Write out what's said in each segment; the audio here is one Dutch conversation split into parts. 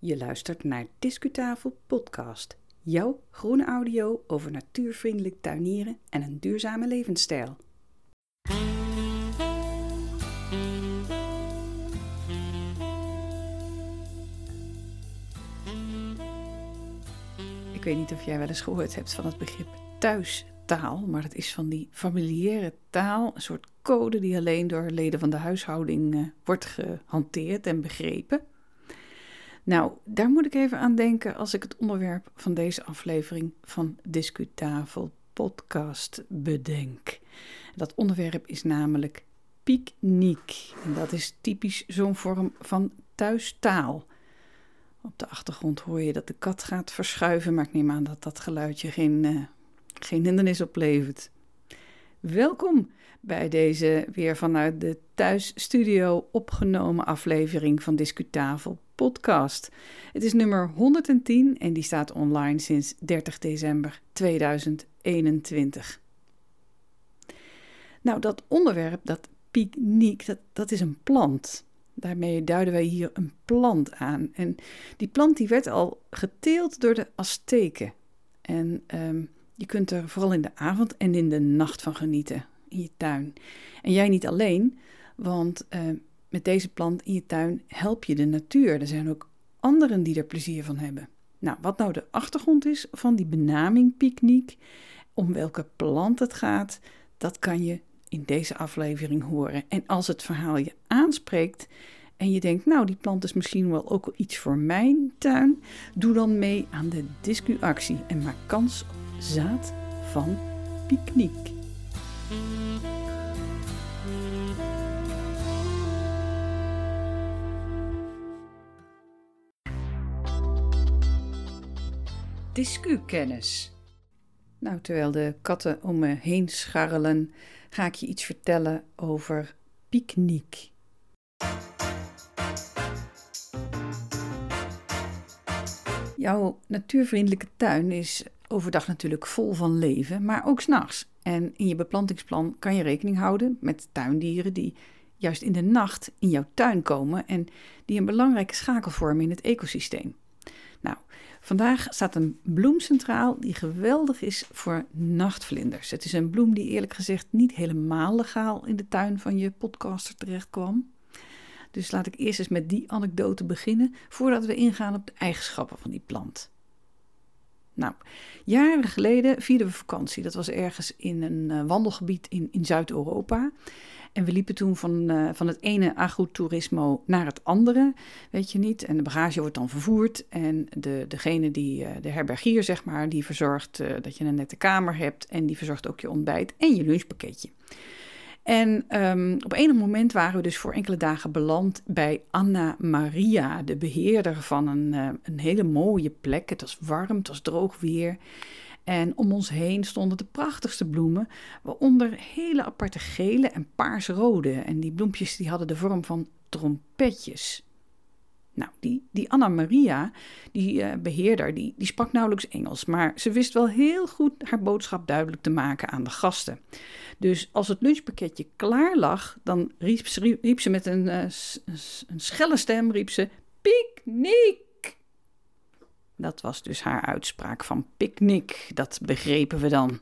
Je luistert naar Discutafel Podcast. Jouw groene audio over natuurvriendelijk tuinieren en een duurzame levensstijl. Ik weet niet of jij wel eens gehoord hebt van het begrip thuistaal, maar het is van die familiaire taal, een soort code die alleen door leden van de huishouding wordt gehanteerd en begrepen. Nou, daar moet ik even aan denken als ik het onderwerp van deze aflevering van Discutafel Podcast bedenk. Dat onderwerp is namelijk picknick. En dat is typisch zo'n vorm van thuistaal. Op de achtergrond hoor je dat de kat gaat verschuiven, maar ik neem aan dat dat geluidje geen hindernis oplevert. Welkom bij deze weer vanuit de thuisstudio opgenomen aflevering van Discutafel Podcast. Het is nummer 110 en die staat online sinds 30 december 2021. Nou, dat onderwerp, dat picknick, dat is een plant. Daarmee duiden wij hier een plant aan. En die plant die werd al geteeld door de Azteken. En je kunt er vooral in de avond en in de nacht van genieten in je tuin. En jij niet alleen, want met deze plant in je tuin help je de natuur. Er zijn ook anderen die er plezier van hebben. Nou, wat nou de achtergrond is van die benaming picknick, om welke plant het gaat, dat kan je in deze aflevering horen. En als het verhaal je aanspreekt en je denkt, nou, die plant is misschien wel ook iets voor mijn tuin, doe dan mee aan de discuactie en maak kans op zaad van picknick. Discukennis. Nou, terwijl de katten om me heen scharrelen, ga ik je iets vertellen over picknick. Jouw natuurvriendelijke tuin is overdag natuurlijk vol van leven, maar ook 's nachts. En in je beplantingsplan kan je rekening houden met tuindieren die juist in de nacht in jouw tuin komen en die een belangrijke schakel vormen in het ecosysteem. Nou, vandaag staat een bloem centraal die geweldig is voor nachtvlinders. Het is een bloem die eerlijk gezegd niet helemaal legaal in de tuin van je podcaster terecht kwam. Dus laat ik eerst eens met die anekdote beginnen voordat we ingaan op de eigenschappen van die plant. Nou, jaren geleden vierden we vakantie. Dat was ergens in een wandelgebied in Zuid-Europa. En we liepen toen van het ene agrotourismo naar het andere, weet je niet. En de bagage wordt dan vervoerd. En degene de herbergier, zeg maar, die verzorgt dat je een nette kamer hebt. En die verzorgt ook je ontbijt en je lunchpakketje. En op enig moment waren we dus voor enkele dagen beland bij Anna Maria, de beheerder van een hele mooie plek. Het was warm, het was droog weer. En om ons heen stonden de prachtigste bloemen, waaronder hele aparte gele en paarsrode. En die bloempjes die hadden de vorm van trompetjes. Nou, die Anna Maria, die beheerder, die sprak nauwelijks Engels, maar ze wist wel heel goed haar boodschap duidelijk te maken aan de gasten. Dus als het lunchpakketje klaar lag, dan riep ze met een schelle stem, riep ze, picknick! Dat was dus haar uitspraak van picknick, dat begrepen we dan.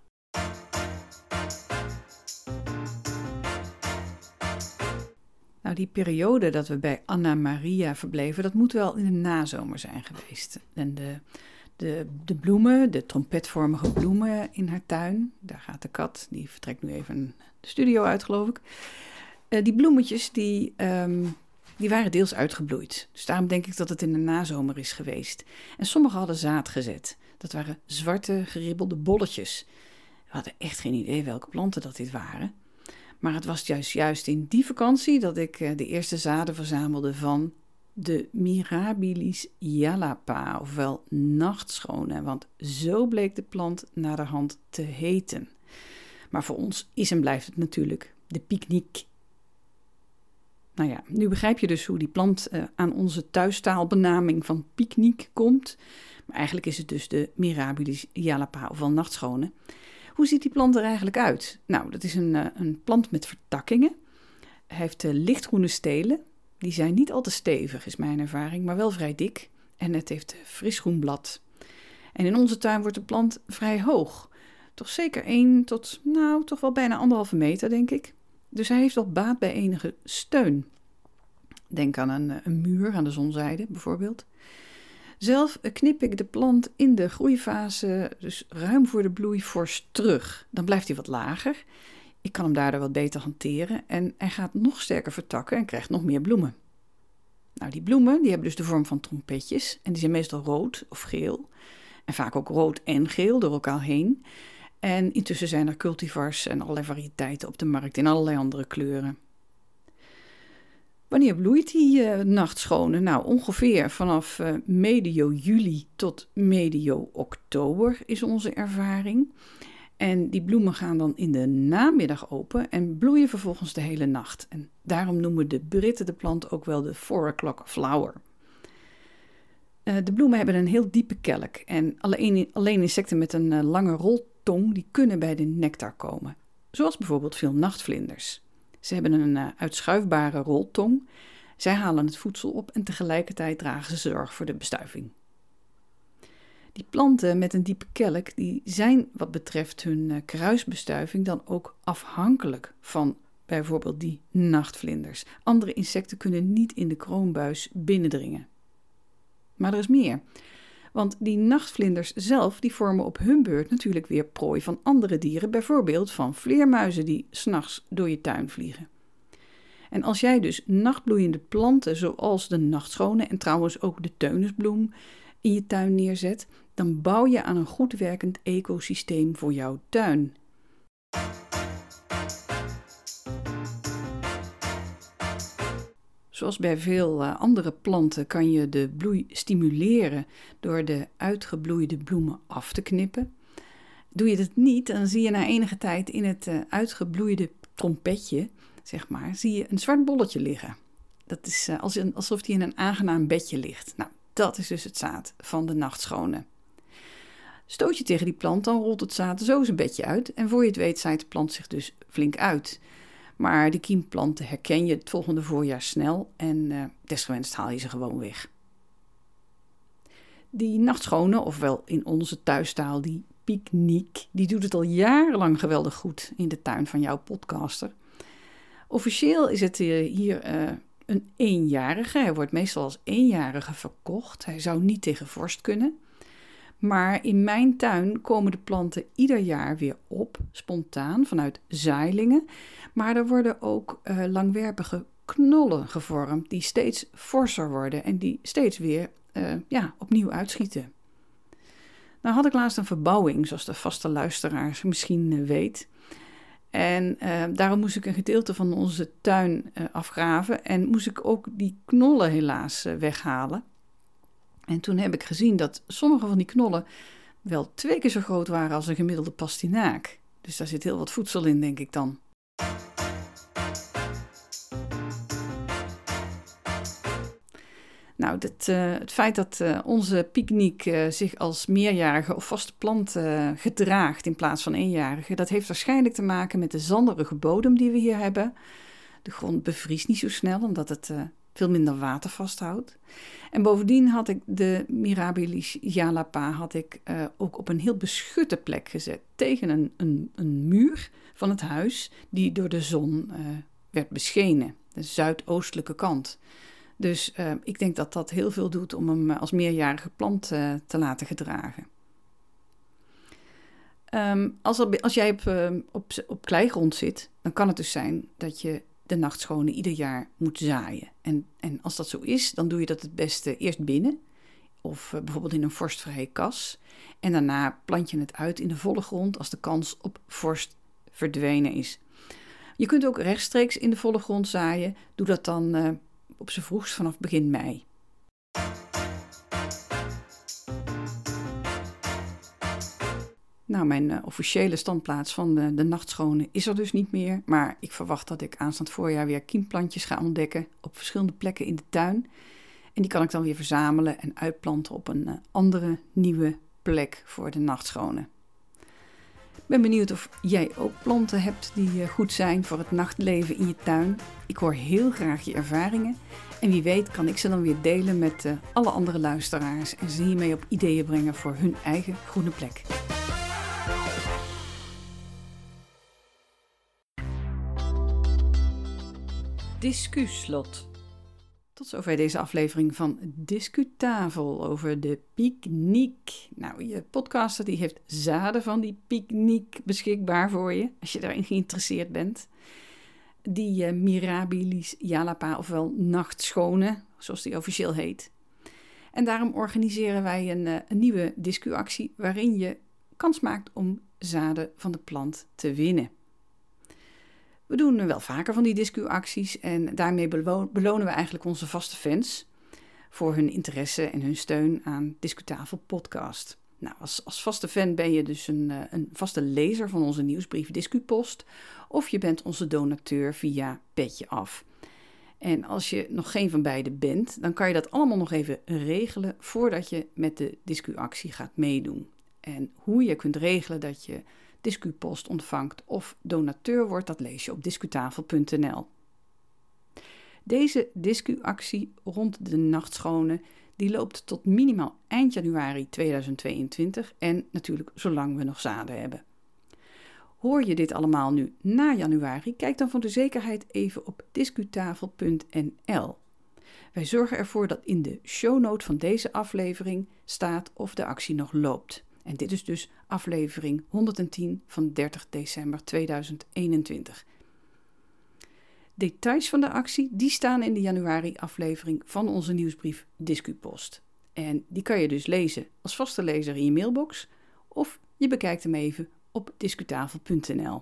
Nou, die periode dat we bij Anna Maria verbleven, dat moet wel in de nazomer zijn geweest. En de bloemen, de trompetvormige bloemen in haar tuin, daar gaat de kat, die vertrekt nu even de studio uit, geloof ik. Die bloemetjes, die waren deels uitgebloeid. Dus daarom denk ik dat het in de nazomer is geweest. En sommige hadden zaad gezet. Dat waren zwarte geribbelde bolletjes. We hadden echt geen idee welke planten dat dit waren. Maar het was juist in die vakantie dat ik de eerste zaden verzamelde van de Mirabilis jalapa, ofwel nachtschone. Want zo bleek de plant naderhand te heten. Maar voor ons is en blijft het natuurlijk de picknick. Nou ja, nu begrijp je dus hoe die plant aan onze thuistaalbenaming van picknick komt. Maar eigenlijk is het dus de Mirabilis jalapa, ofwel nachtschone. Hoe ziet die plant er eigenlijk uit? Nou, dat is een plant met vertakkingen. Hij heeft lichtgroene stelen. Die zijn niet al te stevig, is mijn ervaring, maar wel vrij dik. en het heeft frisgroen blad. En in onze tuin wordt de plant vrij hoog. Toch zeker 1 tot, toch wel bijna 1,5 meter, denk ik. Dus hij heeft wel baat bij enige steun. Denk aan een muur aan de zonzijde bijvoorbeeld. Zelf knip ik de plant in de groeifase, dus ruim voor de bloei, fors terug. Dan blijft hij wat lager. Ik kan hem daardoor wat beter hanteren en hij gaat nog sterker vertakken en krijgt nog meer bloemen. Nou, die bloemen die hebben dus de vorm van trompetjes en die zijn meestal rood of geel. En vaak ook rood en geel door elkaar heen. En intussen zijn er cultivars en allerlei variëteiten op de markt in allerlei andere kleuren. Wanneer bloeit die nachtschone? Nou, ongeveer vanaf medio juli tot medio oktober is onze ervaring. En die bloemen gaan dan in de namiddag open en bloeien vervolgens de hele nacht. En daarom noemen de Britten de plant ook wel de 4 o'clock flower. De bloemen hebben een heel diepe kelk en alleen insecten met een lange roltong die kunnen bij de nectar komen. Zoals bijvoorbeeld veel nachtvlinders. Ze hebben een uitschuifbare roltong. Zij halen het voedsel op en tegelijkertijd dragen ze zorg voor de bestuiving. Die planten met een diepe kelk die zijn wat betreft hun kruisbestuiving dan ook afhankelijk van bijvoorbeeld die nachtvlinders. Andere insecten kunnen niet in de kroonbuis binnendringen. Maar er is meer. Want die nachtvlinders zelf die vormen op hun beurt natuurlijk weer prooi van andere dieren, bijvoorbeeld van vleermuizen die 's nachts door je tuin vliegen. En als jij dus nachtbloeiende planten zoals de nachtschone en trouwens ook de teunisbloem in je tuin neerzet, dan bouw je aan een goed werkend ecosysteem voor jouw tuin. Zoals bij veel andere planten kan je de bloei stimuleren door de uitgebloeide bloemen af te knippen. Doe je dat niet, dan zie je na enige tijd in het uitgebloeide trompetje, zeg maar, zie je een zwart bolletje liggen. Dat is alsof die in een aangenaam bedje ligt. Nou, dat is dus het zaad van de nachtschone. Stoot je tegen die plant, dan rolt het zaad zo zijn bedje uit en voor je het weet zaait de plant zich dus flink uit. Maar de kiemplanten herken je het volgende voorjaar snel en desgewenst haal je ze gewoon weg. Die nachtschone, ofwel in onze thuistaal die piekniek, die doet het al jarenlang geweldig goed in de tuin van jouw podcaster. Officieel is het hier een eenjarige. Hij wordt meestal als eenjarige verkocht. Hij zou niet tegen vorst kunnen. Maar in mijn tuin komen de planten ieder jaar weer op, spontaan, vanuit zaailingen. Maar er worden ook langwerpige knollen gevormd die steeds forser worden en die steeds weer opnieuw uitschieten. Nou had ik laatst een verbouwing, zoals de vaste luisteraars misschien weet. En daarom moest ik een gedeelte van onze tuin afgraven en moest ik ook die knollen helaas weghalen. En toen heb ik gezien dat sommige van die knollen wel 2 keer zo groot waren als een gemiddelde pastinaak. Dus daar zit heel wat voedsel in, denk ik dan. Nou, het feit dat onze piekniek zich als meerjarige of vaste plant gedraagt in plaats van eenjarige, dat heeft waarschijnlijk te maken met de zanderige bodem die we hier hebben. De grond bevriest niet zo snel, omdat het veel minder water vasthoudt. En bovendien had ik de Mirabilis jalapa ook op een heel beschutte plek gezet, tegen een muur van het huis die door de zon werd beschenen, de zuidoostelijke kant. Dus ik denk dat dat heel veel doet om hem als meerjarige plant te laten gedragen. Als jij op kleigrond zit, dan kan het dus zijn dat je de nachtschone ieder jaar moet zaaien. En als dat zo is, dan doe je dat het beste eerst binnen. Of bijvoorbeeld in een vorstvrije kas. En daarna plant je het uit in de volle grond als de kans op vorst verdwenen is. Je kunt ook rechtstreeks in de volle grond zaaien. Doe dat dan op z'n vroegst vanaf begin mei. Nou, mijn officiële standplaats van de nachtschone is er dus niet meer. Maar ik verwacht dat ik aanstaand voorjaar weer kiemplantjes ga ontdekken op verschillende plekken in de tuin. En die kan ik dan weer verzamelen en uitplanten op een andere nieuwe plek voor de nachtschone. Ik ben benieuwd of jij ook planten hebt die goed zijn voor het nachtleven in je tuin. Ik hoor heel graag je ervaringen. En wie weet kan ik ze dan weer delen met alle andere luisteraars en ze hiermee op ideeën brengen voor hun eigen groene plek. Discuslot. Tot zover deze aflevering van Discutafel over de picknick. Nou, je podcaster die heeft zaden van die picknick beschikbaar voor je, als je daarin geïnteresseerd bent. Die Mirabilis Jalapa, ofwel Nachtschone, zoals die officieel heet. En daarom organiseren wij een nieuwe discuactie waarin je kans maakt om zaden van de plant te winnen. We doen wel vaker van die discuacties en daarmee belonen we eigenlijk onze vaste fans voor hun interesse en hun steun aan Discutafel podcast. Nou, als vaste fan ben je dus een vaste lezer van onze nieuwsbrief Discupost of je bent onze donateur via Petje Af. En als je nog geen van beide bent, dan kan je dat allemaal nog even regelen voordat je met de discuactie gaat meedoen. En hoe je kunt regelen dat je Discupost ontvangt of donateur wordt, dat lees je op discutafel.nl. Deze discuactie rond de Nachtschone die loopt tot minimaal eind januari 2022 en natuurlijk zolang we nog zaden hebben. Hoor je dit allemaal nu na januari? Kijk dan voor de zekerheid even op discutafel.nl. Wij zorgen ervoor dat in de shownote van deze aflevering staat of de actie nog loopt. En dit is dus aflevering 110 van 30 december 2021. Details van de actie die staan in de januari-aflevering van onze nieuwsbrief Discupost. En die kan je dus lezen als vaste lezer in je mailbox of je bekijkt hem even op discutafel.nl.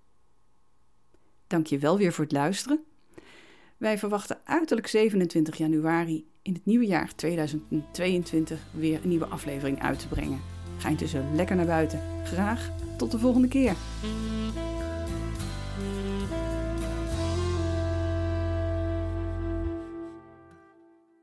Dank je wel weer voor het luisteren. Wij verwachten uiterlijk 27 januari in het nieuwe jaar 2022 weer een nieuwe aflevering uit te brengen. Ga intussen lekker naar buiten. Graag tot de volgende keer.